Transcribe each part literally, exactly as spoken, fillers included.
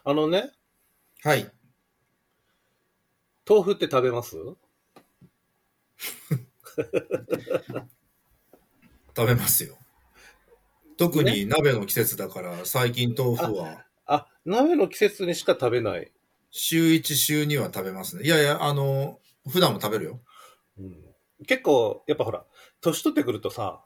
あのね、 はい。 豆腐って食べます？ 食べますよ。特ね。 に鍋の季節だから最近豆腐はあ、鍋の季節にしか食べない。 週いち、週には食べますね。いやいや、あの、普段も食べるよ。 うん、結構、やっぱほら、年取ってくるとさ、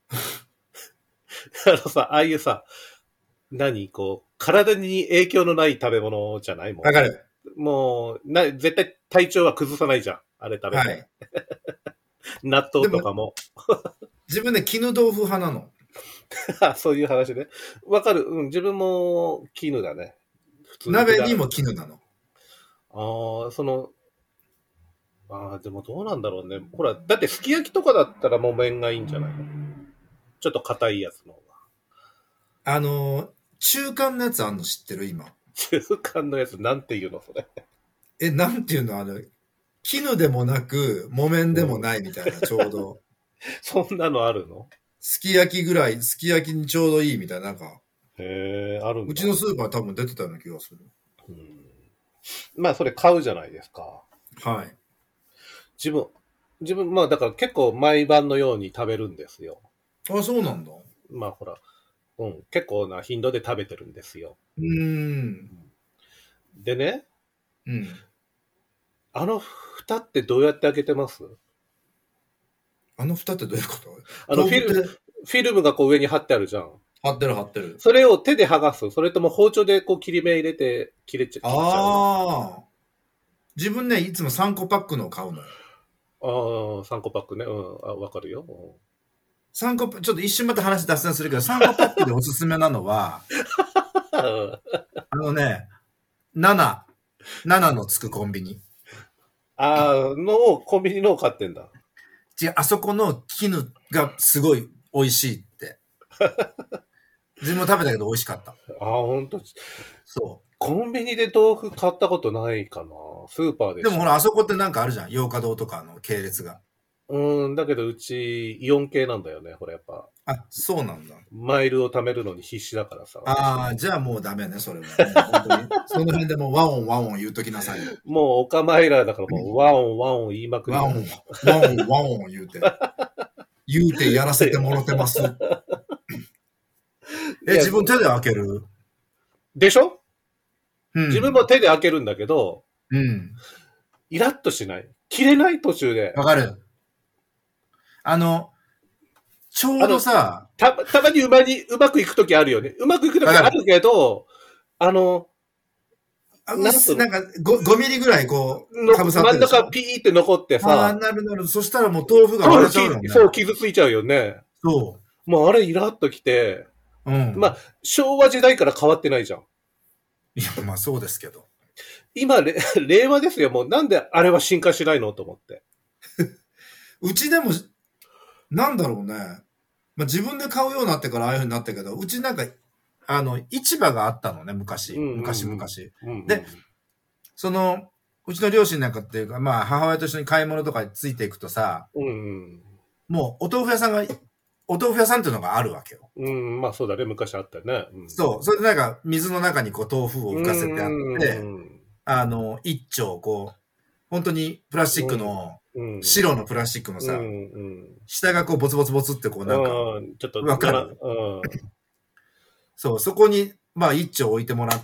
あのさ、ああいうさ、何こう、体に影響のない食べ物じゃないもわかる。 ん。もう、な、絶対体調は崩さないじゃん。あれ食べて。 はい。 納豆でも、 とかも。 自分ね、絹豆腐派なの。 そういう話ね。わかる。うん、自分も絹だね。普通に普段。 鍋にも絹なの。 ああ、その、ああ、でもどうなんだろうね。ほら、だってすき焼きとかだったらもう麺がいいんじゃないの？ちょっと硬いやつの方が。 あの、中間のやつあんの知ってる今。 中間のやつなんていうのそれ。 え、なんていうのあの、絹でもなく、木綿でもないみたいな、ちょうど。 そんなのあるの？ すき焼きぐらい、すき焼きにちょうどいいみたいな、なんか、 へえ、あるんだ。 うちのスーパー多分出てたような気がする。 うん、まあ、それ買うじゃないですか。 はい。 自分、自分、まあ、だから結構毎晩のように食べるんですよ。 あ、そうなんだ。 まあ、ほら、うん、結構な頻度で食べてるんですよ。 うーん。 でね、 うん。 あの蓋ってどうやって開けてます？ あの蓋ってどういうこと？ あのフィル、 豆腐ってフィルムがこう上に貼ってあるじゃん。 貼ってる貼ってる。 それを手で剥がす？それとも包丁でこう切り目入れて切れちゃ、切っちゃう？ ああ。自分ね、いつもさんこパックのを買うのよ。 ああ、さんこパックね。うん、あ、わかるよ。 さんこ、ちょっと一瞬また話脱線するけど、さんこパックでおすすめなのは、 うん、 あのね、なな、ななのつくコンビニ。 ああ、のをコンビニのを買ってんだ。 違う、あそこの絹がすごい美味しいって。自分も食べたけど美味しかった。 ああ、ほんと。 そコンビニで豆腐買ったことないかな。スーパーう。 でしか。 でもほら、あそこってなんかあるじゃん。洋華堂とかの系列が。 うん、だけどうちイオン系なんだよね。ほらやっぱ。 あ、そうなんだ。 マイルを貯めるのに必死だからさ、私。 ああ、じゃあもうダメね、それは。もう本当に。その辺でもうワオンワオン言うときなさいよ。 もうオカマイラーだからもうワオンワオン言いまくりだよ。 ワオン、ワオン、ワオン言うて。言うてやらせてもろてます。え、自分手で開ける？ でしょ？ うん。 自分も手で開けるんだけど、 うん。 イラッとしない？切れない途中で。 わかる。あの、ちょうどさ、 た、たまにうまに、うまくいくときあるよね。うまくいくときあるけど、あの、 あなんとなんか 5, ごミリぐらいこう、かぶさって真んるでしょ。 中ピーって残ってああ、 さ、 なるなる。そしたらもう豆腐が割れちゃうよね。 そう、傷ついちゃうよね。 そもうあれイラッときて、 う。うん。 まあ、昭和時代から変わってないじゃん。 いや、まあそうですけど。 今、令和ですよ。もうなんであれは進化しないのと思って。 うちでも、なんだろうね。まあ自分で買うようになってからああいう風になったけど、うちなんか、あの、市場があったのね、昔。 うんうんうん、 昔昔。 うんうん、 で、その、うちの両親なんかっていうか、まあ母親と一緒に買い物とかについていくとさ、 うんうん、 もうお豆腐屋さんが、お豆腐屋さんっていうのがあるわけよ。 うん、まあそうだね、昔あったね。うん、 そう。それでなんか、水の中にこう豆腐を浮かせてあって、あの、一丁こう、本当にプラスチックの、白のプラスチックのさ、うんうん、下がこうボツボツボツってこうなんか、 ちょっとわかる、うん、そう、そこに、まあ一丁置いてもらって、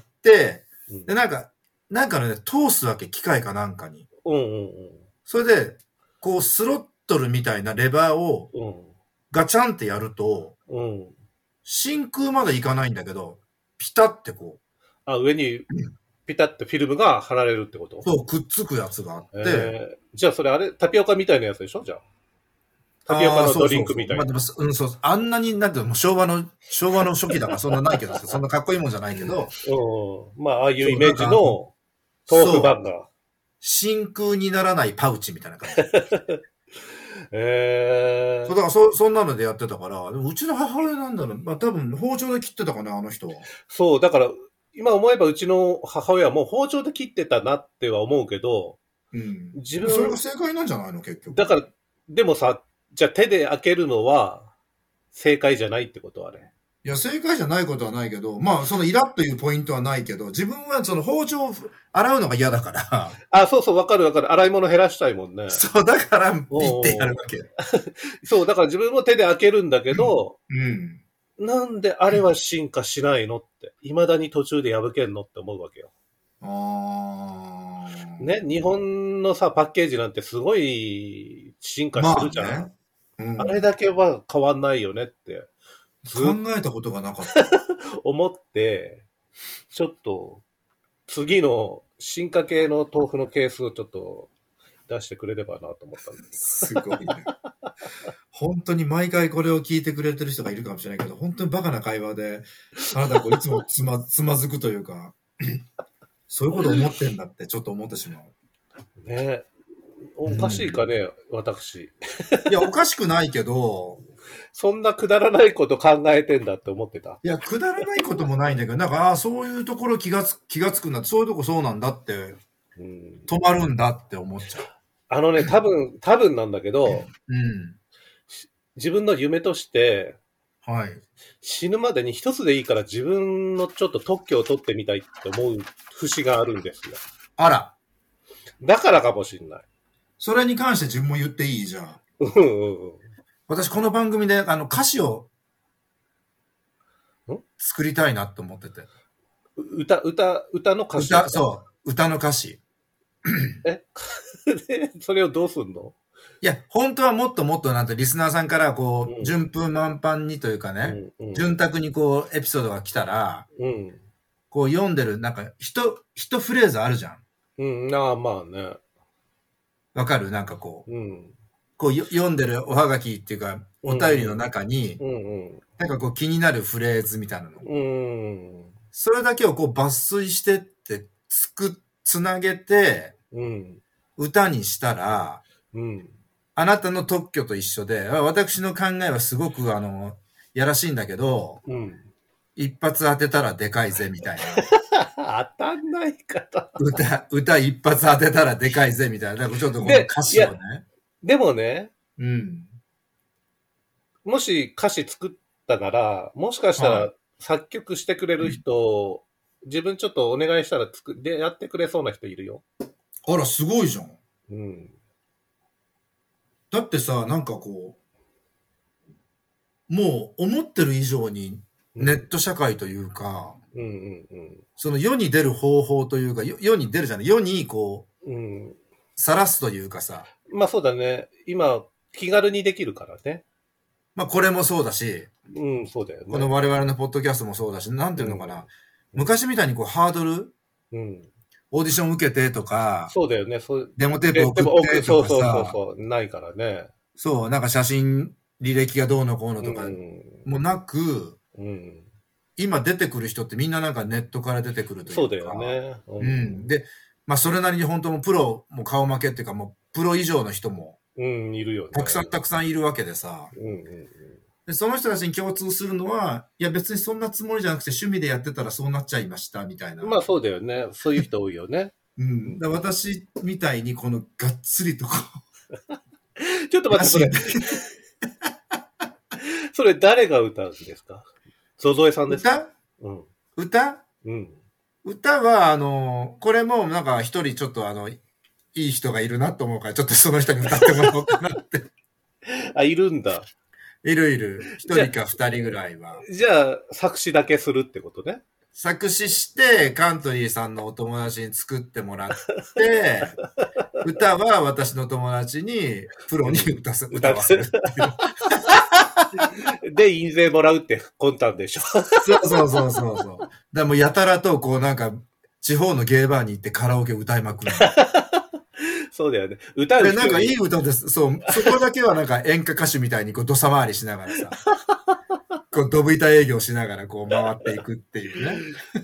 で、なんか、なんかね、通すわけ、機械かなんかに。 うんうんうん、 それで、こう、スロットルみたいなレバーを、ガチャンってやると、うん、真空までいかないんだけど、ピタってこう。 あ、上に、ピタってフィルムが貼られるってこと？ そう、くっつくやつがあって。 えー、じゃあそれあれ、タピオカみたいなやつでしょ？じゃあ。タピオカのドリンクみたいな。 そうそうそう、まあ、でも、うん、そう、あんなになんてもう昭和の、昭和の初期だからそんなないけど、そんなかっこいいもんじゃないけど。 うん。まあ、ああいうイメージの豆腐版が。 真空にならないパウチみたいな感じ。 えー、 そう、だからそ、そんなのでやってたから、うちの母親なんだろう。まあ多分包丁で切ってたかな、あの人は。 そう、だから、今思えばうちの母親はもう包丁で切ってたなっては思うけど、 うん。自分それが正解なんじゃないの結局。 だから、でもさ、じゃあ手で開けるのは正解じゃないってことはね。 いや、正解じゃないことはないけど、まあ、そのイラッというポイントはないけど、自分はその包丁を洗うのが嫌だから。 あ、そうそう、わかるわかる。洗い物減らしたいもんね。 そう、だから、ピッてやるわけ。 そう、だから自分も手で開けるんだけど、 うん。 うん、なんであれは進化しないのって、未だに途中で破けんのって思うわけよ。 ああ。ね、日本のさ、パッケージなんてすごい進化してるじゃん。まあね、うん、あれだけは変わんないよねって。 考えたことがなかった。 思って、ちょっと、次の進化系の豆腐のケースをちょっと出してくれればなと思ったんです。 すごいね。本当に毎回これを聞いてくれてる人がいるかもしれないけど、本当にバカな会話で、あなたこういつもつま、つまずくというか、そういうこと思ってんだってちょっと思ってしまう。 ねえ。おかしいかね、うん、私。 いや、おかしくないけど、 そんなくだらないこと考えてんだって思ってた。 いや、くだらないこともないんだけど、なんか、ああ、そういうところ気がつ、気がつくんだって、そういうとこそうなんだって、うん、止まるんだって思っちゃう。 あのね、多分、多分なんだけど、 うん、 自分の夢として、 はい。 死ぬまでに一つでいいから自分のちょっと特許を取ってみたいって思う節があるんですよ。 あら。 だからかもしんない。 それに関して自分も言っていいじゃん。 うんうんうん。 私この番組であの歌詞を作りたいなって思ってて。 歌、歌、歌の歌詞歌、そう。歌の歌詞。 えそれをどうすんの？ いや、本当はもっともっとなんてリスナーさんからこう、うん、順風満帆にというかね、うんうん、潤沢にこうエピソードが来たら、うん、こう読んでるなんか一、一フレーズあるじゃん。 うん、ああ、まあね。 わかる？なんかこう、 うん、 こう読んでるおはがきっていうか、お便りの中に、うんうん、なんかこう気になるフレーズみたいなの。うん、それだけをこう抜粋してってつく、つなげて、うん、歌にしたら、うん、あなたの特許と一緒で、私の考えはすごくあの、やらしいんだけど、うん、一発当てたらでかいぜみたいな。当たんないから。 歌、歌一発当てたらでかいぜみたいな。なんかちょっとこの歌詞をね。 でもね、 うん、 もし歌詞作ったなら、もしかしたら作曲してくれる人、はい、自分ちょっとお願いしたら作でやってくれそうな人いるよ。 あら、すごいじゃん。 うん。 だってさ、なんかこう、もう思ってる以上にネット社会というか、 うんうんうん、 その世に出る方法というか、世に出るじゃない、世にこう、さら、うん、すというかさ。 まあそうだね。今、気軽にできるからね。 まあこれもそうだし、 うん、そうだよね。 この我々のポッドキャストもそうだし、なんていうのかな。うん、昔みたいにこうハードル、うん、オーディション受けてとか、 そうだよね。そうデモテープ送ってとかさ、 そうそうそうそう、ないからね。 そう、なんか写真、履歴がどうのこうのとか、もなく、うん、今出てくる人ってみんななんかネットから出てくるというか。 そうだよね。 うん。うん、で、まあそれなりに本当もプロも顔負けっていうかもうプロ以上の人も、 うん、いるよね。 たくさんたくさんいるわけでさ。うんうんうん、でその人たちに共通するのは、いや別にそんなつもりじゃなくて趣味でやってたらそうなっちゃいましたみたいな。 まあそうだよね。そういう人多いよね。 うん。で私みたいにこのがっつりとこう。ちょっと待って、それ。それ誰が歌うんですか？ゾゾエさんですか？ 歌？うん。歌？ うん。 歌は、あの、これもなんか一人ちょっとあの、いい人がいるなと思うから、ちょっとその人に歌ってもらおうかなって。 あ、いるんだ。 いるいる。一人か二人ぐらいは。 じゃあ、作詞だけするってことね。 作詞して、カントリーさんのお友達に作ってもらって、歌は私の友達に、プロに歌す、歌わせるっていう。 で、印税もらうって魂胆でしょ。 そうそうそうそうそう。でもやたらと、こうなんか、地方のゲーバーに行ってカラオケ歌いまくる。 そうだよね。歌うで、なんかいい歌です。そう。そこだけはなんか演歌歌手みたいにこう土佐回りしながらさ。こうドブ板営業しながらこう回っていくっていうね。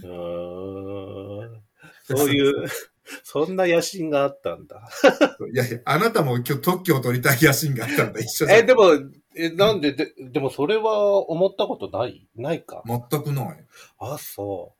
そういう、そんな野心があったんだ。 いやいや、あなたも今日特許を取りたい野心があったんだ。一緒じゃん。 え、でも、え、なんで、で、でもそれは思ったことないないか。 全くない。 あ、そう。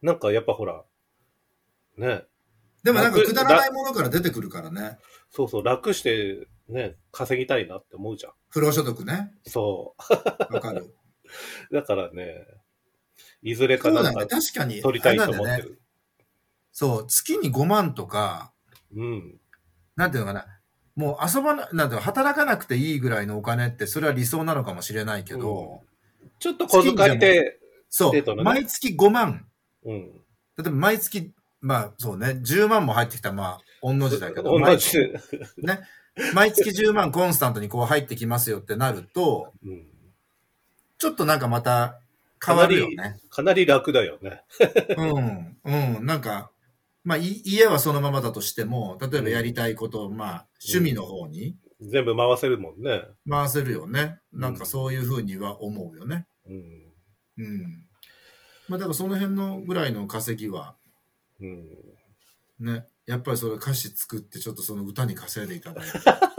なんかやっぱほら、ね。 でもなんかくだらないものから出てくるからね。 そうそう、楽してね、稼ぎたいなって思うじゃん。 不労所得ね。 そう。わかる。 だからね、いずれかなんか確かに取りたいと思ってる。ね、 そう、月にごまんとか、 うん。 なんていうのかな、もう遊ばな、なんていうの、働かなくていいぐらいのお金って、それは理想なのかもしれないけど、 うん、ちょっと小遣いで、 そう、ね、毎月ごまん。 うん。 例えば毎月、まあそうね、じゅうまんも入ってきたら、まあ、御の字だけど、 同じ。 ね。毎月じゅうまんコンスタントにこう入ってきますよってなると、うん、ちょっとなんかまた変わるよね。 かなり、かなり楽だよね。 うん、うん、なんか、まあ家はそのままだとしても、例えばやりたいこと、うん、まあ趣味の方に、 うん、全部回せるもんね。 回せるよね。なんかそういうふうには思うよね。 うん。 うん。まあだからその辺のぐらいの稼ぎは、うん、ね。やっぱりそれ歌詞作ってちょっとその歌に稼いでいただいて。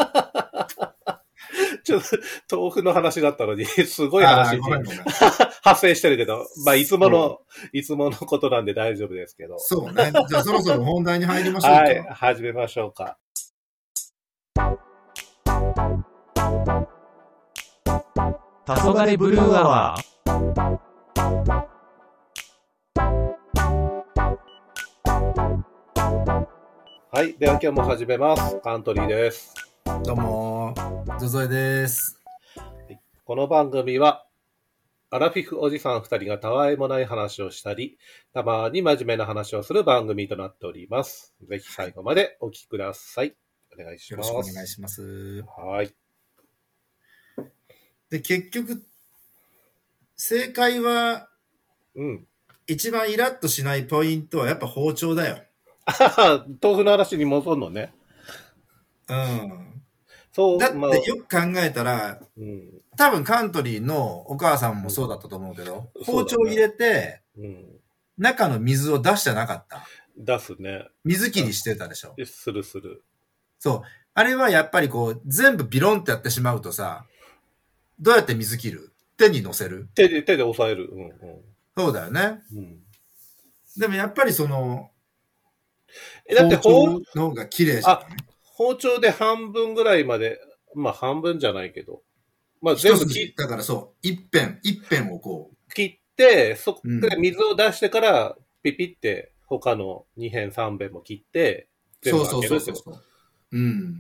ちょっと豆腐の話だったのに、すごい話に発生してるけど、まあいつもの、いつものことなんで大丈夫ですけど。 そうね。じゃあそろそろ本題に入りましょうか。 はい、始めましょうか。 黄昏ブルーアワー。 はい。では今日も始めます。カントリーです。 どうも、ゾゾエです。 この番組は、アラフィフおじさん二人がたわいもない話をしたり、たまに真面目な話をする番組となっております。ぜひ最後までお聞きください。お願いします。 よろしくお願いします。 はい。 で、結局、正解は、うん。一番イラッとしないポイントはやっぱ包丁だよ。 豆腐の話に戻るのね。 うん。そう。だってよく考えたら、うん、多分カントリーのお母さんもそうだったと思うけど、うん、包丁入れて、うん、中の水を出してなかった。 出すね。 水切りしてたでしょ。 するする。 そう。あれはやっぱりこう、全部ビロンってやってしまうとさ、どうやって水切る？手に乗せる？ 手で、手で押さえる。うんうん、 そうだよね。うん、でもやっぱりその、 え、だって包丁の方が綺麗じゃない？ 包丁で半分ぐらいまで、まあ半分じゃないけど、まあ全部切って。だからそう、一辺、一辺をこう。切って、そこで水を出してから、ピピって他の二辺三辺も切って、 全部開けるってこと。そうそうそうそう。うん。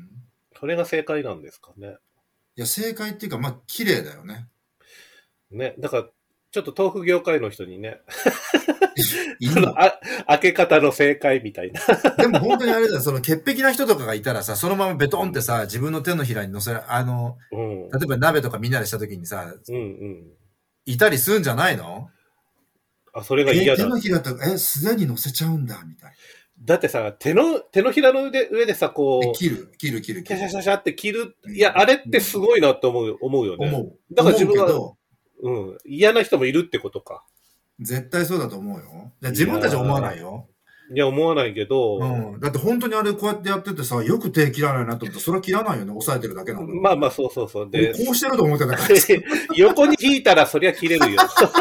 それが正解なんですかね。 いや、正解っていうか、まあ綺麗だよね。 ね、だから、ちょっと豆腐業界の人にね、いいのあ開け方の正解みたいな。 でも本当にあれだよ、その潔癖な人とかがいたらさ、そのままベトンってさ、自分の手のひらに乗せる、あの、うん、例えば鍋とかみんなでした時にさ、うんうん、いたりするんじゃないの？ あ、それが嫌だ。 え、手のひらとか、え、素手に乗せちゃうんだ、みたいな。 だってさ、手の、手のひらの上で、上でさ、こう。 切る、切る、切る、 切る。シャシャシャって切る。いや、あれってすごいなって思う、思うよね。 思う。 だから自分は、うん。嫌な人もいるってことか。 絶対そうだと思うよ。自分たちは思わないよ。 いや、思わないけど。 うん。だって本当にあれこうやってやっててさ、よく手切らないなと思ったら、それは切らないよね。押さえてるだけなんだ。 まあまあ、そうそうそう。 で、こうしてると思ってたから。 横に引いたらそりゃ切れるよ。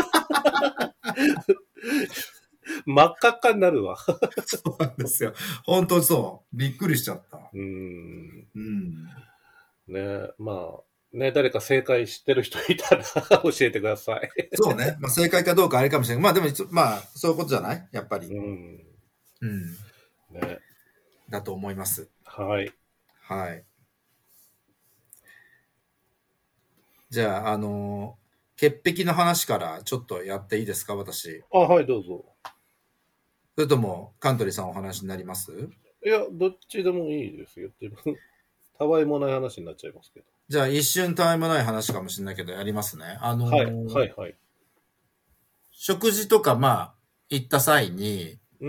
真っ赤っかになるわ。 そうなんですよ。本当にそう。びっくりしちゃった。 うん。うん。ねまあ。ね、誰か正解知ってる人いたら教えてください。 そうね。まあ正解かどうかあれかもしれない。まあでも、まあそういうことじゃないやっぱり。うん。うん。ね。だと思います。 はい。 はい。じゃあ、あのー、潔癖の話からちょっとやっていいですか、私。 あ、はい、どうぞ。 それとも、カントリーさんお話になります？ いや、どっちでもいいですよ。たわいもない話になっちゃいますけど。 じゃあ一瞬たわいもない話かもしれないけどやりますね。あのー、 はいはいはい。 食事とかまあ行った際に、 うんうん、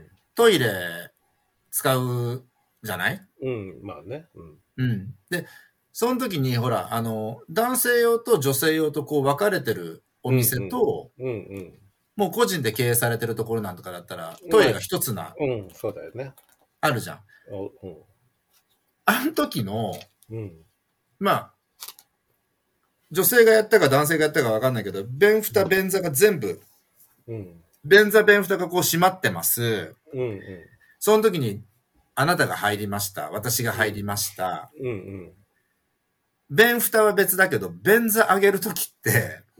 トイレ使うじゃない？ うん、まあね。うん。 うん。で、その時にほら、あの、男性用と女性用とこう分かれてるお店と、うんうんうんうん、もう個人で経営されてるところなんとかだったら、トイレが一つな、 うん、うん、そうだよね。 あるじゃん。うん、あの時の、うん、まあ、女性がやったか男性がやったか分かんないけど、便蓋、便座が全部、うん、便座、便蓋がこう閉まってます。うんうん、その時に、あなたが入りました。私が入りました。うんうん、便蓋は別だけど、便座上げる時って、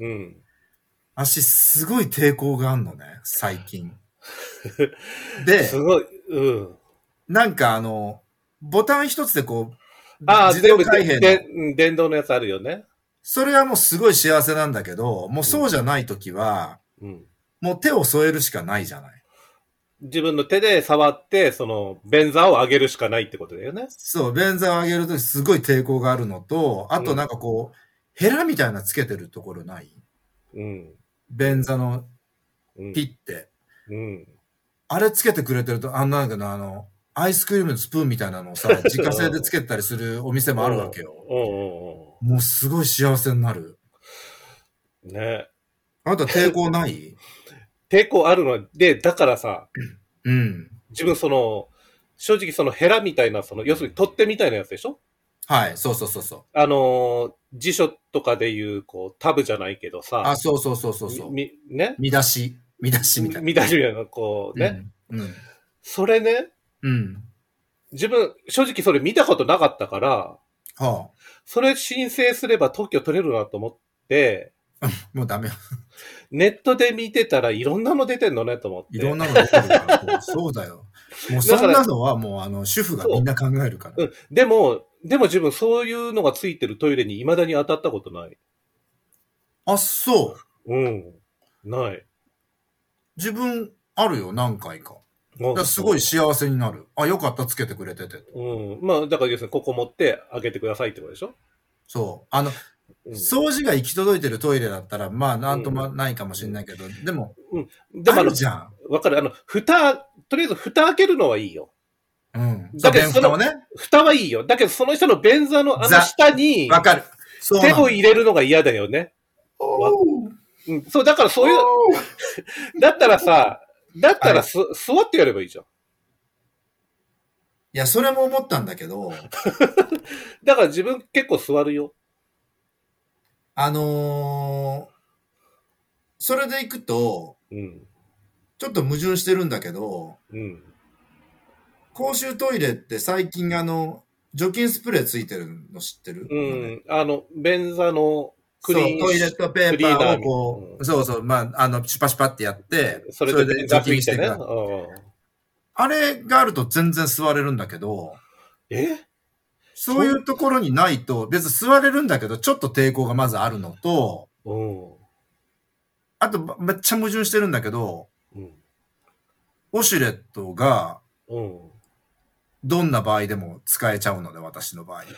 うん。 足すごい抵抗があんのね、最近。で、 すごい、うん。 なんかあの、ボタン一つでこう、 ああ、 自動開閉での。 電動のやつあるよね。 それはもうすごい幸せなんだけど、もうそうじゃないときは、うん、もう手を添えるしかないじゃない。 自分の手で触って、その、便座を上げるしかないってことだよね。 そう、便座を上げるときすごい抵抗があるのと、あとなんかこう、ヘラみたいなつけてるところない？うん。便座のピッて。うん。うん、あれつけてくれてると、あんなんかのあの、アイスクリームのスプーンみたいなのをさ、自家製でつけたりするお店もあるわけよ。もうすごい幸せになる。 ね。 あなた抵抗ない？ 抵抗あるので、だからさ、うん。自分その、正直そのヘラみたいな、その、要するに取っ手みたいなやつでしょ？ はい、そうそうそうそう。 あのー、辞書とかでいう、こう、タブじゃないけどさ。 あ、そうそうそうそうそう。 み、ね？ 見出し。見出しみたいな。 見出しみたいな、こうね。うん。うん、それね。うん。自分、正直それ見たことなかったから、はあ。それ申請すれば特許取れるなと思って、 もうダメ。 ネットで見てたらいろんなの出てんのねと思って。 いろんなの出てるから。そうだよ。もうそんなのはもうあの主婦がみんな考えるから。 うん。でも、でも自分そういうのがついてるトイレに未だに当たったことない。 あ、そう。 うん。ない。 自分あるよ、何回か。だすごい幸せになる。あ、よかった、つけてくれてて。 うん。まあ、だから要するにここ持ってあげてくださいってことでしょ？ そう。あの、うん、掃除が行き届いてるトイレだったら、まあ、なんともないかもしれないけど、うん、でも、うん。でもあるじゃん。 わかる。あの、蓋、とりあえず蓋開けるのはいいよ。 うん。だけど、その、ね、 蓋はいいよ。だけど、その人の便座のあの下に、 わかる。 手を入れるのが嫌だよね。うん、そう、だからそういう、だったらさ、だったらす、はい、座ってやればいいじゃん。いや、それも思ったんだけど。 だから自分結構座るよ。 あのー、それで行くと、うん、ちょっと矛盾してるんだけど、うん、公衆トイレって最近あの、除菌スプレーついてるの知ってる？ うん、あの、便座のクリーンそう、トイレットペーパーをこう、うん、そうそう、まあ、あの、シュパシュパってやって、それで除菌していく、ね。あれがあると全然座れるんだけど、 え？ そういうところにないと、別に座れるんだけど、ちょっと抵抗がまずあるのと、うん、あと、めっちゃ矛盾してるんだけど、うん、ウォシュレットが、うん、どんな場合でも使えちゃうので、私の場合。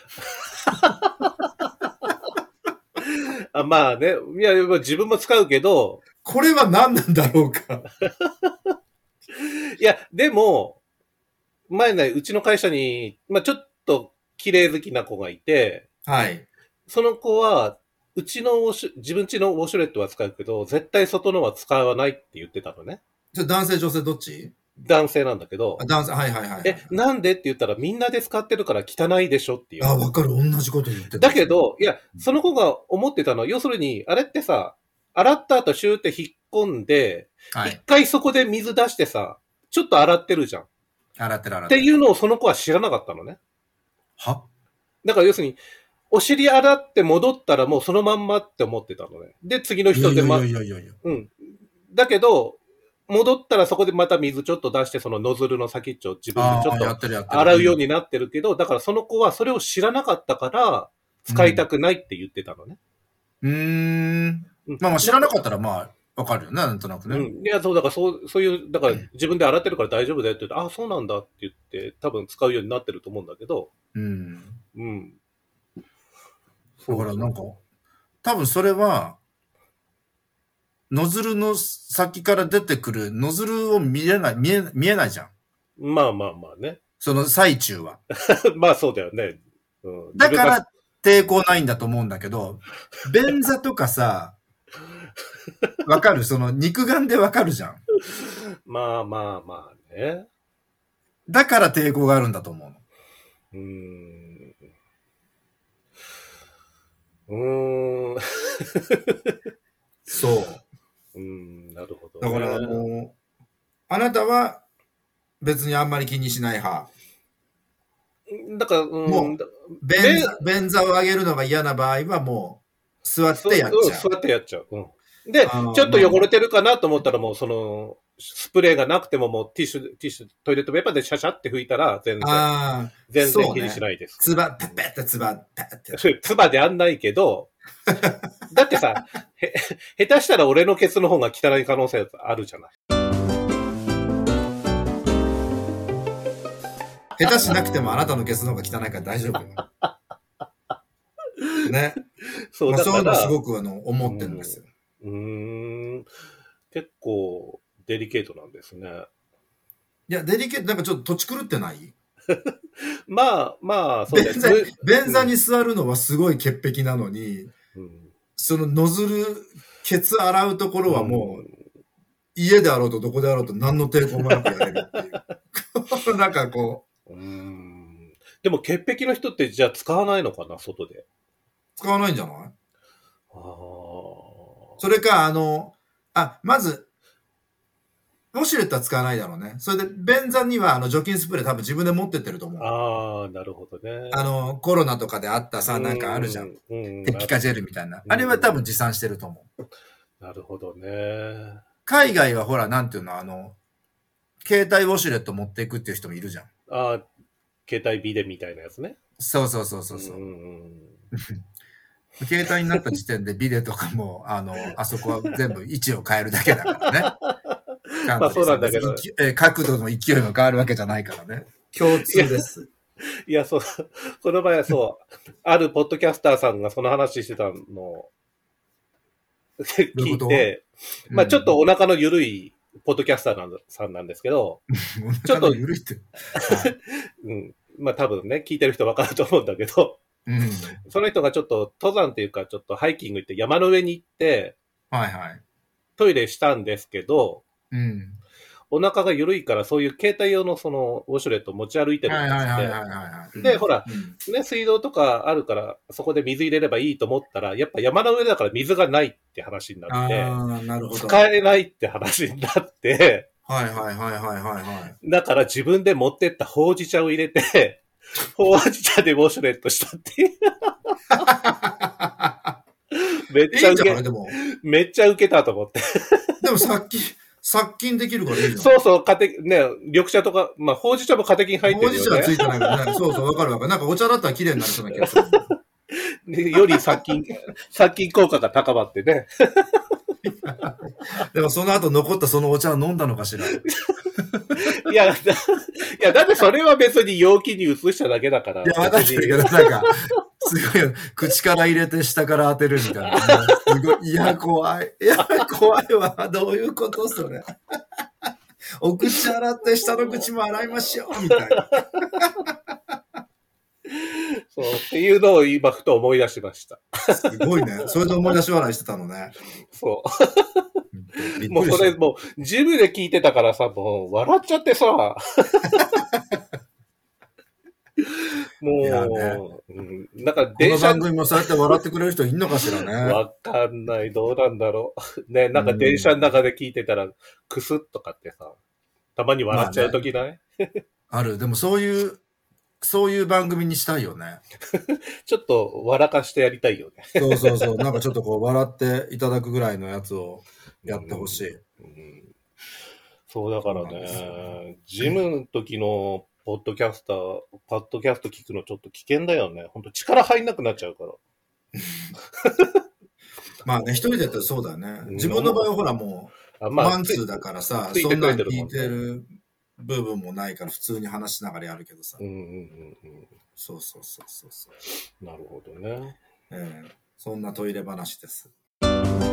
あまあね。いや、自分も使うけど。 これは何なんだろうか。 いや、でも、前ね、うちの会社に、まあちょっと綺麗好きな子がいて、はい。その子は、うちのウォシュ、自分家のウォシュレットは使うけど、絶対外のは使わないって言ってたのね。 それ男性女性どっち？ 男性なんだけど。 男性、はいはいはい、はい。 え、なんでって言ったらみんなで使ってるから汚いでしょっていう。 あ、わかる。同じこと言ってた。 だけど、いや、その子が思ってたのは、要するに、あれってさ、洗った後シューって引っ込んで、一、はい、回そこで水出してさ、ちょっと洗ってるじゃん。 洗ってる洗ってる。 っていうのをその子は知らなかったのね。 は？ だから要するに、お尻洗って戻ったらもうそのまんまって思ってたのね。で、次の人でま、 いやいやいやいや。 うん。だけど、戻ったらそこでまた水ちょっと出して、そのノズルの先っちょを自分でちょっと洗うようになってるけど、だからその子はそれを知らなかったから、使いたくないって言ってたのね。 うーん。まあまあ知らなかったらまあ、わかるよね、なんとなくね。 うん。いや、そう、だからそう、そういう、だから自分で洗ってるから大丈夫だよって言って、ああ、そうなんだって言って、多分使うようになってると思うんだけど。うん。うん。 だからなんか、多分それは、ノズルの先から出てくる、ノズルを見えない、見え、見えないじゃん。 まあまあまあね。 その最中は。 まあそうだよね。 うん、だから抵抗ないんだと思うんだけど、便座とかさ、わかる？その肉眼でわかるじゃん。 まあまあまあね。 だから抵抗があるんだと思うの。 うーん。うーん。 そう。 うん、なるほど、 ね。だからあの、あなたは別にあんまり気にしない派。 だから、うん、 もう便座、便座を上げるのが嫌な場合はも座ってやっちゃう。座ってやっちゃう。うん。で、ちょっと汚れてるかなと思ったらもうその、スプレーがなくてももうティッシュ、ティッシュ、トイレットペーパーでシャシャって拭いたら全然、あ全然気にしないです。 つば、ペッペッってつば、ペッって。 つばであんないけど、だってさ、へ、下手したら俺のケツの方が汚い可能性あるじゃない。 下手しなくてもあなたのケツの方が汚いから大丈夫よ。ね。そう、まあ、そういうのすごくあの思ってるんですよ。 うーん。結構デリケートなんですね。 いや、デリケート、なんかちょっと土地狂ってないまあ、まあ、そうですね。便座に座るのはすごい潔癖なのに、うん、そのノズル、ケツ洗うところはもう、うん、家であろうとどこであろうと何の抵抗もなくやれるっていう。なんかこう。 うーん。でも潔癖の人ってじゃあ使わないのかな、外で。 使わないんじゃない？ああ。 それか、あの、あ、まず、ウォシュレットは使わないだろうね。それで、便座には、あの、除菌スプレー多分自分で持ってってると思う。 ああ、なるほどね。 あの、コロナとかであったさ、なんかあるじゃん。滴下ジェルみたいな。あれは多分持参してると思う。 なるほどね。 海外はほら、なんていうの、あの、携帯ウォシュレット持っていくっていう人もいるじゃん。 ああ、携帯ビデみたいなやつね。 そうそうそうそうそう。携帯になった時点でビデとかも、あの、あそこは全部位置を変えるだけだからね。 まあそうなんだけど。 角度の勢いが変わるわけじゃないからね。共通です。 いや、そう、この場合はそう、あるポッドキャスターさんがその話してたのを聞いて、うまあちょっとお腹の緩いポッドキャスターさんなんですけど、 ちょっと緩いって。 うん、まあ多分ね、聞いてる人わかると思うんだけど、うん、その人がちょっと登山っていうかちょっとハイキング行って山の上に行って、 はいはい。 トイレしたんですけど、 うん、 お腹が緩いからそういう携帯用のそのウォシュレット持ち歩いてるんですって。で、ほら、うん、ね、水道とかあるからそこで水入れればいいと思ったら、やっぱ山の上だから水がないって話になって、 あ、なるほど。 使えないって話になって、 はいはいはいはいはいはい。 だから自分で持ってったほうじ茶を入れて、ほうじ茶でウォシュレットしたっていう。めっちゃウケ、いいめっちゃウケたと思って。 でもさっき、殺菌できるからいいじゃん。 そうそう、カテ、ね、緑茶とか、まあ、ほうじ茶もカテキン入ってるよね。 ほうじ茶はついてないからね。そうそう、わかるわかる。なんかお茶だったら綺麗になりそうな気がする。より殺菌、殺菌効果が高まってね。 でもその後残ったそのお茶を飲んだのかしら。 いや、いや、だってそれは別に容器に移しただけだから。 いや、わかってるけど、なんか、すごい、口から入れて下から当てるみたいな。すごい、いや、怖い。いや、怖いわ。どういうことそれ。お口洗って下の口も洗いましょう、みたいな。 そう、っていうのを今、ふと思い出しました。 すごいね。それで思い出し笑いしてたのね。 そう。もうそれ、もう、ジムで聞いてたからさ、もう、笑っちゃってさ。もう、ね、うん、なんか電車。 この番組もそうやって笑ってくれる人いんのかしらね。 わかんない。どうなんだろう。ね、なんか電車の中で聞いてたら、クスッとかってさ、たまに笑っちゃうときない、まあね、 ある。でもそういう、そういう番組にしたいよね。 ちょっと笑かしてやりたいよね。 そうそうそう。なんかちょっとこう、笑っていただくぐらいのやつをやってほしい、うんうん。 そうだからね、ジムの時のポッドキャスター、パッドキャスト聞くのちょっと危険だよね。本当力入んなくなっちゃうから。 まあね、一人でやったらそうだよね。自分の場合はほらもう、まあ、マンツーだからさ、そんなに聞いてる部分もないから普通に話しながらやるけどさ。 うんうんうんうん、 そうそうそうそうそう。なるほどね。 えー、そんなトイレ話です。 あ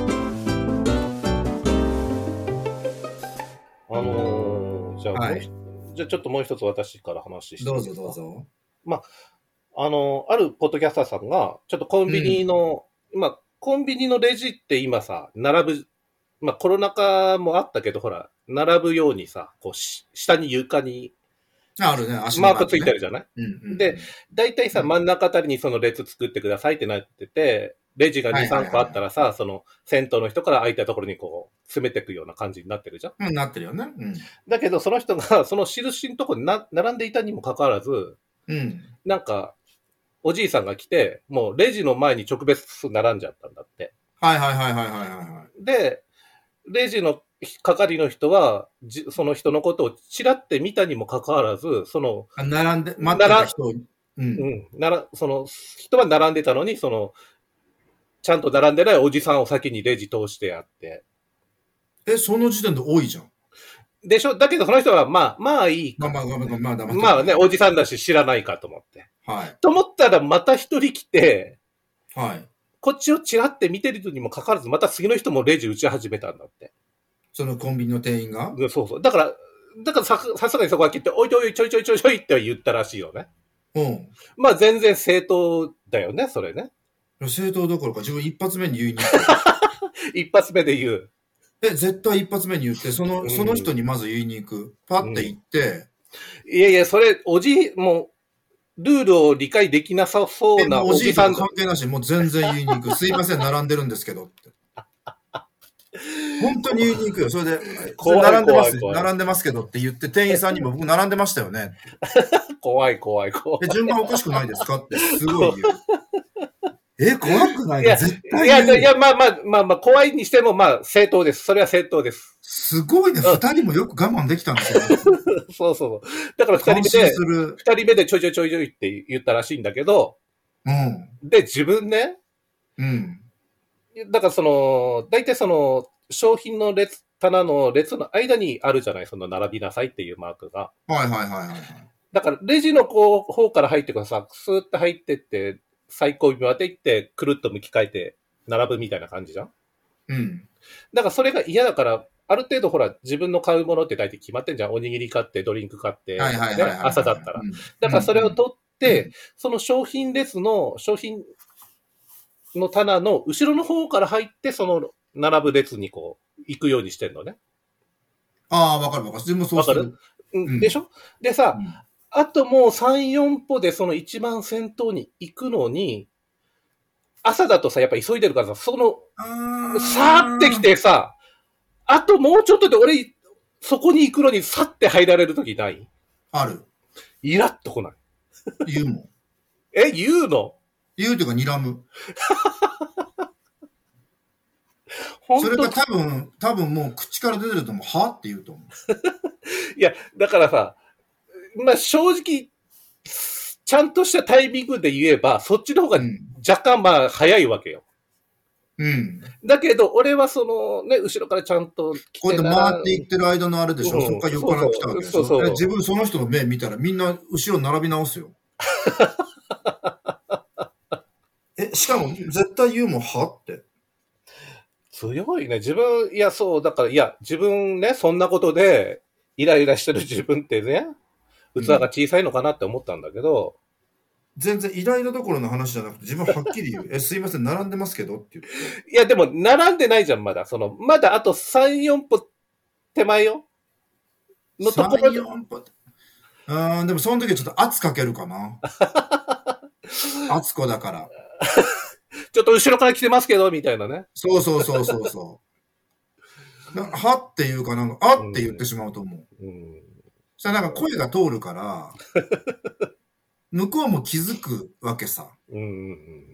のー、じゃあ、はい、じゃあちょっともう一つ私から話してどうぞどうぞ。 まあ、あのー、あるポッドキャスターさんが、ちょっとコンビニの、うん、まあ、コンビニのレジって今さ、並ぶ、まあコロナ禍もあったけど、ほら、並ぶようにさ、こうし、下に床に、 あるね、足マークついてるじゃない、 うんうんうん、 で、大体さ、真ん中あたりにその列作ってくださいってなってて、レジがに、さんこあったらさ、その、先頭の人から空いたところにこう、詰めていくような感じになってるじゃん。 うん、なってるよね。うん、 だけど、その人が、その印のところにな並んでいたにもかかわらず、 うん、 なんか、 おじいさんが来て、もうレジの前に直別並んじゃったんだって。 はいはいはいはいはいはい。 で、レジの係の人は、じその人のことをちらって見たにもかかわらず、その、 並んで、待ってた人を、うん。 うん。なら、その、人は並んでたのに、その、ちゃんと並んでないおじさんを先にレジ通してやって。 え、その時点で多いじゃん。 でしょ？だけどその人は、まあ、まあいいか。 まあまあまあまあまあ、まあ、 まあね、おじさんだし知らないかと思って。 はい。 と思ったらまた一人来て、 はい。 こっちをチラって見てるにもかかわらず、また次の人もレジ打ち始めたんだって。 そのコンビニの店員が？ そうそう。だから、だからさ、さすがにそこは切って、おいおいちょいちょいちょいちょいって言ったらしいよね。 うん。 まあ全然正当だよね、それね。 正当どころか自分一発目に言いに行く。一発目で言う。 え、絶対一発目に言って、その、その人にまず言いに行く。パッて言って。 うん、いやいや、それ、おじ、もう、ルールを理解できなさそうなおじさん。 おじいさん関係なし、もう全然言いに行く。すいません、並んでるんですけどって。本当に言いに行くよ。それで、それ並んでます、並んでますけどって言って、店員さんにも僕並んでましたよね。 怖い怖い怖い。 で、順番おかしくないですかってすごい言う。え、怖くないの？ いや、 絶対いや、いや、まあまあ、まあまあ、怖いにしても、まあ、正当です。それは正当です。 すごいね。二、うん、人もよく我慢できたんですよ。 そうそう。だから二人目で、二人目でちょいちょいちょいちょいって言ったらしいんだけど、 うん。 で、自分ね、 うん。 だからその、大体その、商品の列、棚の列の間にあるじゃない、その並びなさいっていうマークが。 はいはいはいはい。 だから、レジのこう、方から入ってください。スーッと入ってって、最後尾まで行って、くるっと向き変えて、並ぶみたいな感じじゃん？ うん。 だからそれが嫌だから、ある程度ほら、自分の買うものって大体決まってんじゃん。おにぎり買って、ドリンク買って、朝だったら。だからそれを取って、うん、その商品列の、商品の棚の後ろの方から入って、その並ぶ列にこう、行くようにしてんのね。 ああ、わかるわかる。でもそうする。 わかる？うん。でしょ？でさ、うん、あともうさん、よん歩でその一番先頭に行くのに、朝だとさ、やっぱ急いでるからさ、その、さーって来てさ、あともうちょっとで俺、そこに行くのにさって入られるときない？ ある。 イラッとこない。 言うもん。 え、言うの？ 言うというか睨む。それが多分、多分もう口から出てるともう、はって言うと思う。 いや、だからさ、まあ、正直、ちゃんとしたタイミングで言えば、そっちの方が若干まあ早いわけよ。 うん。 だけど、俺はそのね、後ろからちゃんと来てこうやって回っていってる間のあれでしょ、うん、そっから横から来たわけでしょ。そうそうそう。自分その人の目見たらみんな後ろ並び直すよ。え、しかも絶対言うもん、はって。 強いね。自分、いや、そう、だから、いや、自分ね、そんなことで、イライラしてる自分ってね、器が小さいのかなって思ったんだけど、 うん、全然イライラどころの話じゃなくて、自分はっきり言う。え、すいません、並んでますけどって言って。 いや、でも、並んでないじゃん、まだ。その、まだあとさん、よん歩手前よ。 のところで。さん、よん歩。うん、でもその時はちょっと圧かけるかな。圧子だから。 ちょっと後ろから来てますけど、みたいなね。 そうそうそうそうそう。はっていうかなんか、あって言ってしまうと思う。うん。そしたらなんか声が通るから、向こうも気づくわけさ。うんうんうん。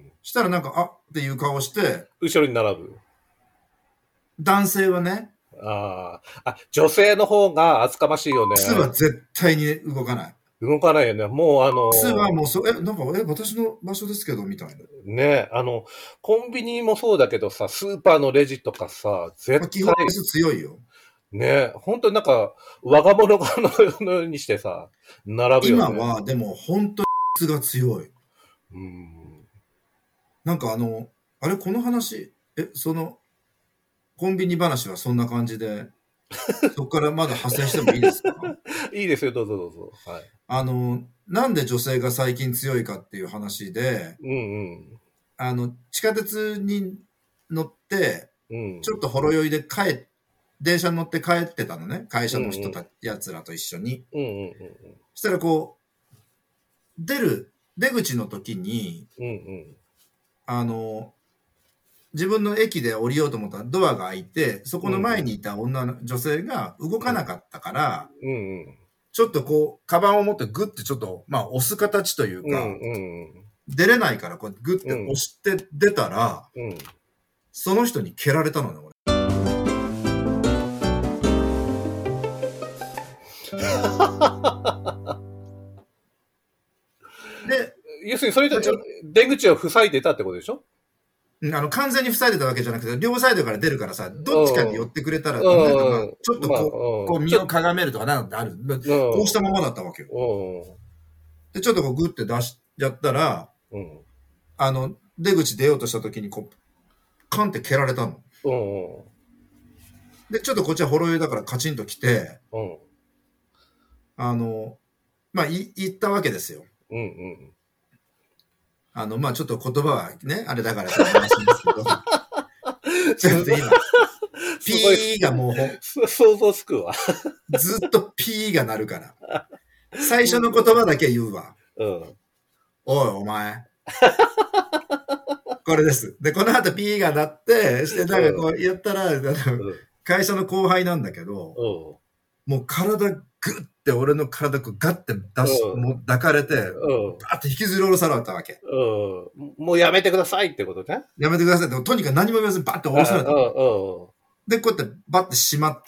したらなんか、あっていう顔して、 後ろに並ぶ。 男性はね。 ああ。あ、女性の方が厚かましいよね。 靴は絶対に動かない。 動かないよね。もうあのー。 靴はもうそ、え、なんか、え、私の場所ですけど、みたいな。 ね、あの、コンビニもそうだけどさ、スーパーのレジとかさ、絶対。 基本です強いよ。 ね、本当になんか、我が物のようにしてさ、並ぶよね。今は、でも本当に質が強い。うん。なんかあの、あれ、この話、え、その、コンビニ話はそんな感じで、そこからまだ派生してもいいですか？ いいですよ、どうぞどうぞ。はい。 あの、なんで女性が最近強いかっていう話で、うんうん、あの、地下鉄に乗って、うん、ちょっとほろ酔いで帰っ、電車に乗って帰ってたのね。会社の人たち、やつらと一緒に。うんうんうん、そしたらこう、出る、出口の時に、うんうん、あの、自分の駅で降りようと思ったらドアが開いて、そこの前にいた女の女性が動かなかったから、うんうん、ちょっとこう、カバンを持ってグッてちょっと、まあ押す形というか、うんうん、 出れないから、こうグッて押して出たら、うんうん、その人に蹴られたのね、俺。で、 要するにそれで出口を塞いでたってことでしょ？ あの、完全に塞いでたわけじゃなくて、両サイドから出るからさ、どっちかに寄ってくれたら、なんかまあ、ちょっとこう、まあ、こう身をかがめるとかなんてある。こうしたままだったわけよ。で、ちょっとこうグッて出しやったら、うん、あの、出口出ようとした時に、こう、カンって蹴られたの。うん、で、ちょっとこっちはほろ酔いだからカチンと来て、うん、あの、まあ、い、言ったわけですよ。うんうん、あの、まあ、ちょっと言葉はね、あれだから話しますけど、ちょっと今、ピーがもう、 想像つくわ。 ずっとピーが鳴るから。最初の言葉だけ言うわ。うん、おい、お前。これです。で、この後 P が鳴って、して、なんかこう言ったら、うん、会社の後輩なんだけど、うん、もう体グッて俺の体こうガッて出し、うん、もう抱かれて、うん、バーって引きずり下ろされたわけ、 うん。もうやめてくださいってことね。 やめてくださいって、とにかく何も言わずにバーって下ろされた。うんうん、で、こうやってバッて閉まって、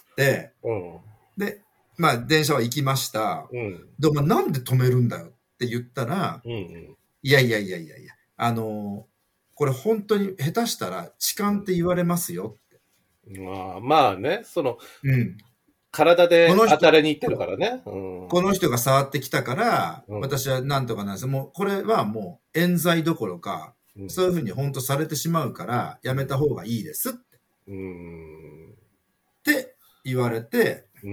うん、で、まあ電車は行きました。うん、で、お前なんで止めるんだよって言ったら、うんうん、いやいやいやいやいや、あのー、これ本当に下手したら痴漢って言われますよって。 まあ、まあね、その、うん、体で当たりに行ってるからね、 うん。この人が触ってきたから、うん、私はなんとかなんです。もうこれはもう冤罪どころか、うん、そういうふうに本当されてしまうからやめた方がいいですって。うん、って言われて、うんうん、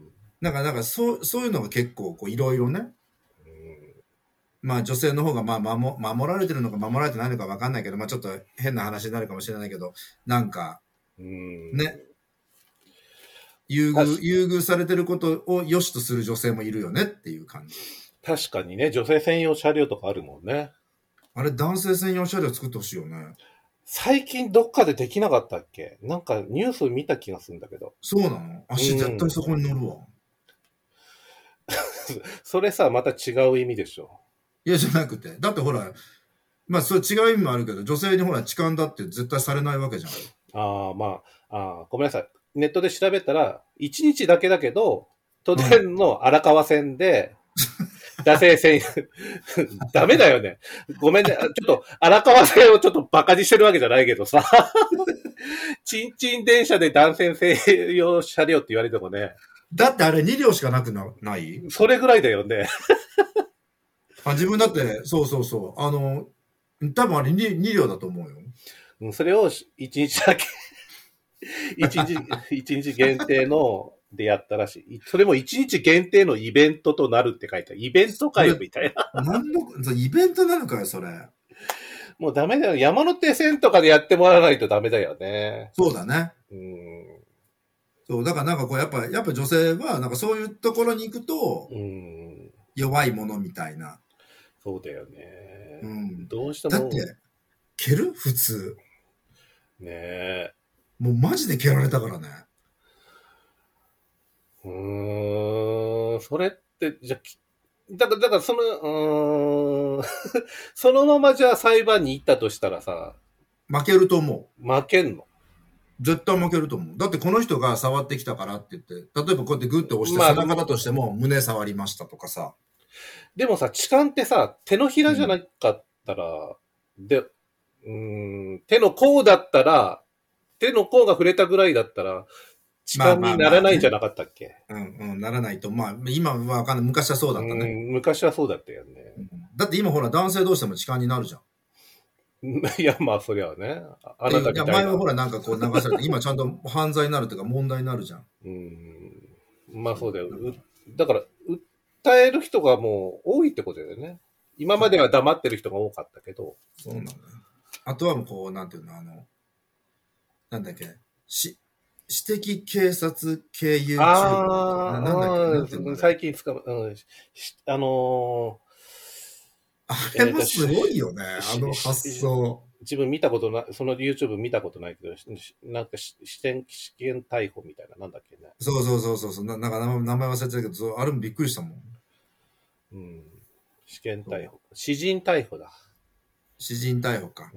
なんかなんかそうそういうのが結構こういろいろね。まあ女性の方がまあ守、守られてるのか守られてないのか分かんないけど、まあちょっと変な話になるかもしれないけど、なんか、ね、優遇、優遇されてることを良しとする女性もいるよねっていう感じ。 確かにね、女性専用車両とかあるもんね。 あれ男性専用車両作ってほしいよね。 最近どっかでできなかったっけ？なんかニュース見た気がするんだけど。 そうなの？足絶対そこに乗るわ。 それさ、また違う意味でしょ。 いや、じゃなくて。だってほら、まあ、それ違う意味もあるけど、女性にほら、痴漢だって絶対されないわけじゃん。 ああ、まあ、ああ、ごめんなさい。ネットで調べたら、いちにちだけだけど、都電の荒川線で、惰性専用、ダメだよね。ごめんね。ちょっと、荒川線をちょっとバカにしてるわけじゃないけどさ。チンチン電車で男性専用車両って言われてもね。 だってあれに両しかなくな、ない？ それぐらいだよね。 あ、自分だって、そうそうそう。あの、多分あれ 2, に両だと思うよ。それをいちにちだけ、いちにち、一日限定のでやったらしい。それもいちにち限定のイベントとなるって書いてある。イベントかよみたいな。 なんの、イベントなのかよ、それ。 もうダメだよ。山手線とかでやってもらわないとダメだよね。 そうだね。うん。そう、だからなんかこう、やっぱ、やっぱ女性は、なんかそういうところに行くと、うん、弱いものみたいな。 そうだよね。うん。どうしても。 だって、蹴る？普通。 ねえ。 もうマジで蹴られたからね。 うーん。それって、じゃ、だから、だからその、うーん。そのままじゃあ裁判に行ったとしたらさ。 負けると思う。負けんの？ 絶対負けると思う。だってこの人が触ってきたからって言って、例えばこうやってグッて押して背中だとしても胸触りましたとかさ。 でもさ、痴漢ってさ、手のひらじゃなかったら、うん、で、うーん、手の甲だったら、手の甲が触れたぐらいだったら、痴漢にならないんじゃなかったっけ？ まあまあまあね、うんうん、ならないと。まあ、今はわかんない。昔はそうだったね。 うん、昔はそうだったよね、 うん。だって今ほら男性同士でも痴漢になるじゃん。 いや、まあ、そりゃね。あなたみたいな。 いや、前はほらなんかこう流されて、今ちゃんと犯罪になるというか問題になるじゃん。うん。 まあそうだよ。だから、訴える人がもう多いってことだよね。今までは黙ってる人が多かったけど。 そうなんだよ。あとはもうこう、なんていうの、あの、なんだっけ、し、私的警察経由中。 ああ、なんだっけ、なん最近使う、うん、あのー、 あれもすごいよね、えー、あの発想。 自分見たことない、その YouTube 見たことないけど、なんか試験、試験逮捕みたいな、なんだっけね。 そうそうそうそう、ななんか名前忘れてたけど、あれもびっくりしたもん。 うん。試験逮捕。私人逮捕だ。 詩人逮捕か。 うん。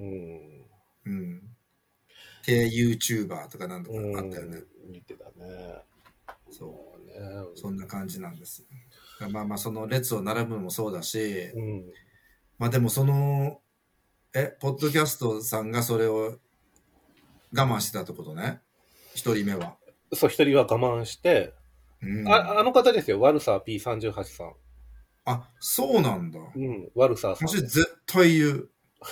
うん。低 YouTuber とかなんとかあったよね。 見てたね。 そうね。そんな感じなんです。まあまあ、その列を並ぶのもそうだし、うん、まあでもその、え、ポッドキャストさんがそれを我慢してたってことね。一人目は。 そう、一人は我慢して、うん、あ, あの方ですよ、ワルサー ピーさんじゅうはち さん。 あ、そうなんだ。 うん、ワルサーさん。 私絶対言う。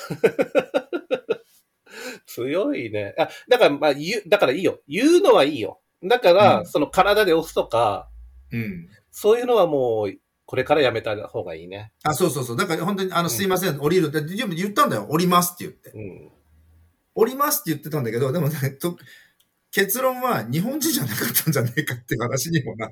強いね。あ、だから、まあ、言う、だからいいよ。言うのはいいよ。だから、うん、その体で押すとか、うん、そういうのはもう、これからやめた方がいいね。 あ、そうそうそう。だから本当に、あの、すいません、うん、降りるって、言ったんだよ。降りますって言って。うん、降りますって言ってたんだけど、でもね、と結論は日本人じゃなかったんじゃねえかっていう話にもなって。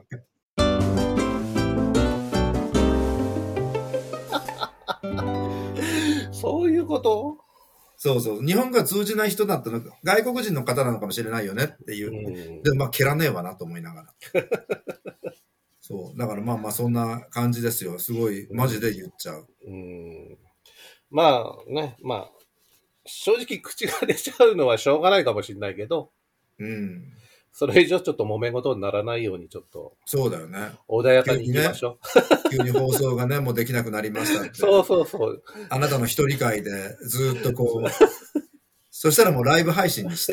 そういうこと？ そうそう。日本語が通じない人だったのか、外国人の方なのかもしれないよねっていう。うん、で、まあ、蹴らねえわなと思いながら。そう。だからまあまあ、そんな感じですよ。すごい、マジで言っちゃう。 うん、まあね、まあ、正直口が出ちゃうのはしょうがないかもしれないけど、うん。それ以上ちょっと揉め事にならないようにちょっと。 そうだよね。 穏やかに行きましょう。急に、ね、急に放送がね、もうできなくなりましたって。 そうそうそう。 あなたの一人会でずっとこう、そしたらもうライブ配信にして。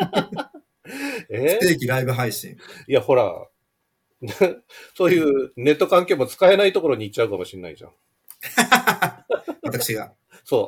えー、不定期ライブ配信。 いや、ほら、そういうネット環境も使えないところに行っちゃうかもしれないじゃん。 私が。 そう。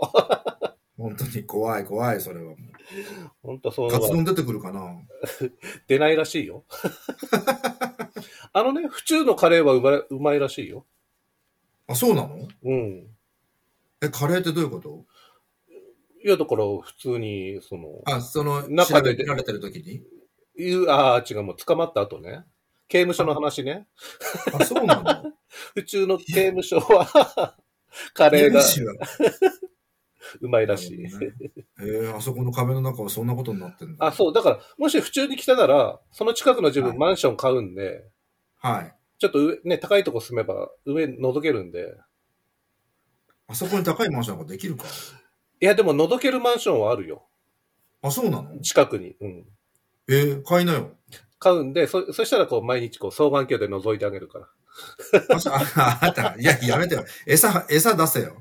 本当に怖い怖い、それはもう。 本当そう。 カツ丼出てくるかな？ 出ないらしいよ。あのね、府中のカレーはうまい、うまいらしいよ。 あ、そうなの？ うん。 え、カレーってどういうこと？ いや、だから普通に、その、 あ、その、中で調べられてる時に言う、ああ、違う、もう捕まった後ね。刑務所の話ね。 あ、あそうなの？ 府中の刑務所は、カレーが。うまいらしい。ね、 えー、あそこの壁の中はそんなことになってんだ。 あ、そう。だから、もし府中に来たなら、その近くの自分、はい、マンション買うんで、 はい。 ちょっと上、ね、高いとこ住めば、上覗けるんで。 あそこに高いマンションができるか？ いや、でも覗けるマンションはあるよ。 あ、そうなの？ 近くに。うん。 えー、買いなよ。 買うんで、そ、そしたらこう、毎日こう、双眼鏡で覗いてあげるから。 あ、あった。いや、やめてよ。餌、餌出せよ。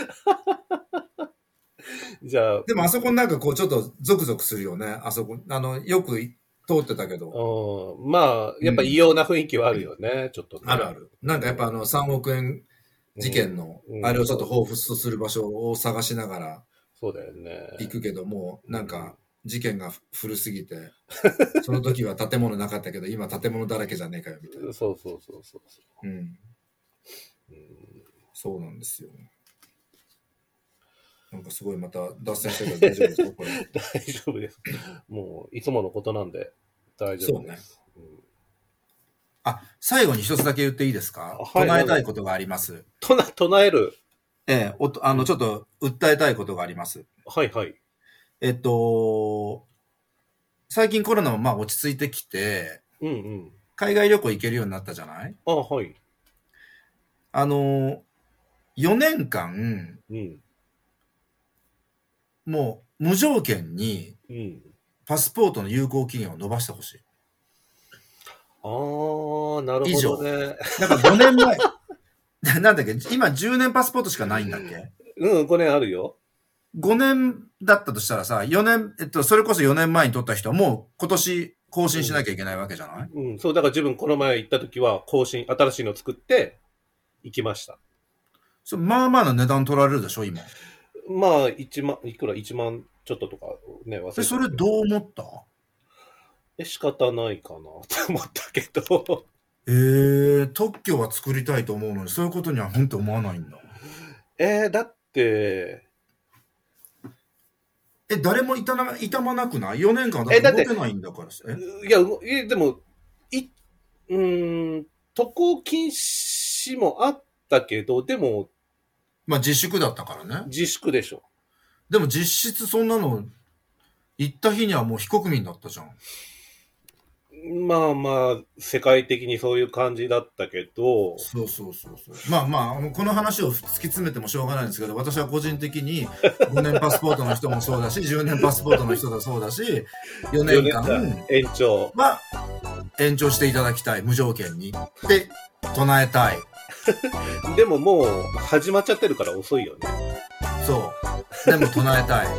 じゃあ。 でもあそこなんかこうちょっとゾクゾクするよね。あそこ、あの、よく通ってたけど。 うん。まあ、やっぱ異様な雰囲気はあるよね、うん、ちょっと、ね。 あるある。なんかやっぱあのさんおくえん事件の、うん、あれをちょっと彷彿とする場所を探しながら。 そうだよね。 行くけども、なんか事件が古すぎて、その時は建物なかったけど、今建物だらけじゃねえかよ、みたいな。 そうそうそうそう。 うん。うん、そうなんですよ。なんかすごいまた脱線してるから大丈夫ですかこれ。 大丈夫です。もういつものことなんで大丈夫です。 そうね。うん、あ、最後に一つだけ言っていいですか？はい、唱えたいことがあります。 唱、唱える。 ええ、おと、あの、ちょっと訴えたいことがあります。 はいはい。 えっと、最近コロナもまあ落ち着いてきて、 うんうん、 海外旅行行けるようになったじゃない？ あ、はい。 あの、よねんかん、うん、もう無条件にパスポートの有効期限を延ばしてほしい。 ああ、なるほどね。 だからごねんまえ。なんだっけ今じゅうねんパスポートしかないんだっけ？ うん、ごねんあるよ。 ごねんだったとしたらさ、よねん、えっと、それこそよねんまえに取った人はもう今年更新しなきゃいけないわけじゃない？ うん、うん、そう、だから自分この前行った時は更新、新しいの作って行きました。 そまあまあな値段取られるでしょ、今。 まあ、いちまん、いくらいちまんちょっととかね、忘れて。 それどう思った？ え、仕方ないかなって思ったけど。 えー、特許は作りたいと思うのに、そういうことには本当思わないんだ。 えー、だって、 え、誰も痛な、痛まなくない？ よ 年間だって動けないんだからさ。 いや、え、でも、い、うーん、渡航禁止もあったけど、でも、 まあ自粛だったからね。 自粛でしょ。 でも実質そんなの、行った日にはもう非国民だったじゃん。 まあまあ、世界的にそういう感じだったけど。 そうそうそうそう。まあまあ、この話を突き詰めてもしょうがないんですけど、私は個人的にごねんパスポートの人もそうだし、じゅうねんパスポートの人もそうだし、よねんかん延長は延長していただきたい、無条件にって唱えたい。 でももう始まっちゃってるから遅いよね。 そう。でも唱えたい。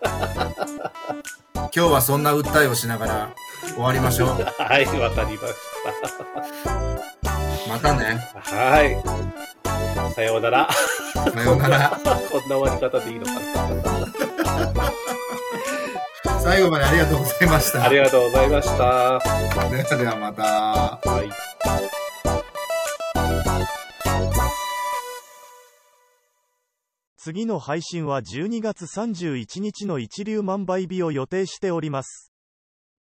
今日はそんな訴えをしながら終わりましょう。 はい、わかりました。 またね。 はい。さようなら。 さようなら。 こんな終わり方でいいのかな。 最後までありがとうございました。 ありがとうございました。 ではではまた。 はい。 次の配信はじゅうにがつさんじゅういちにちの一粒万倍日を予定しております。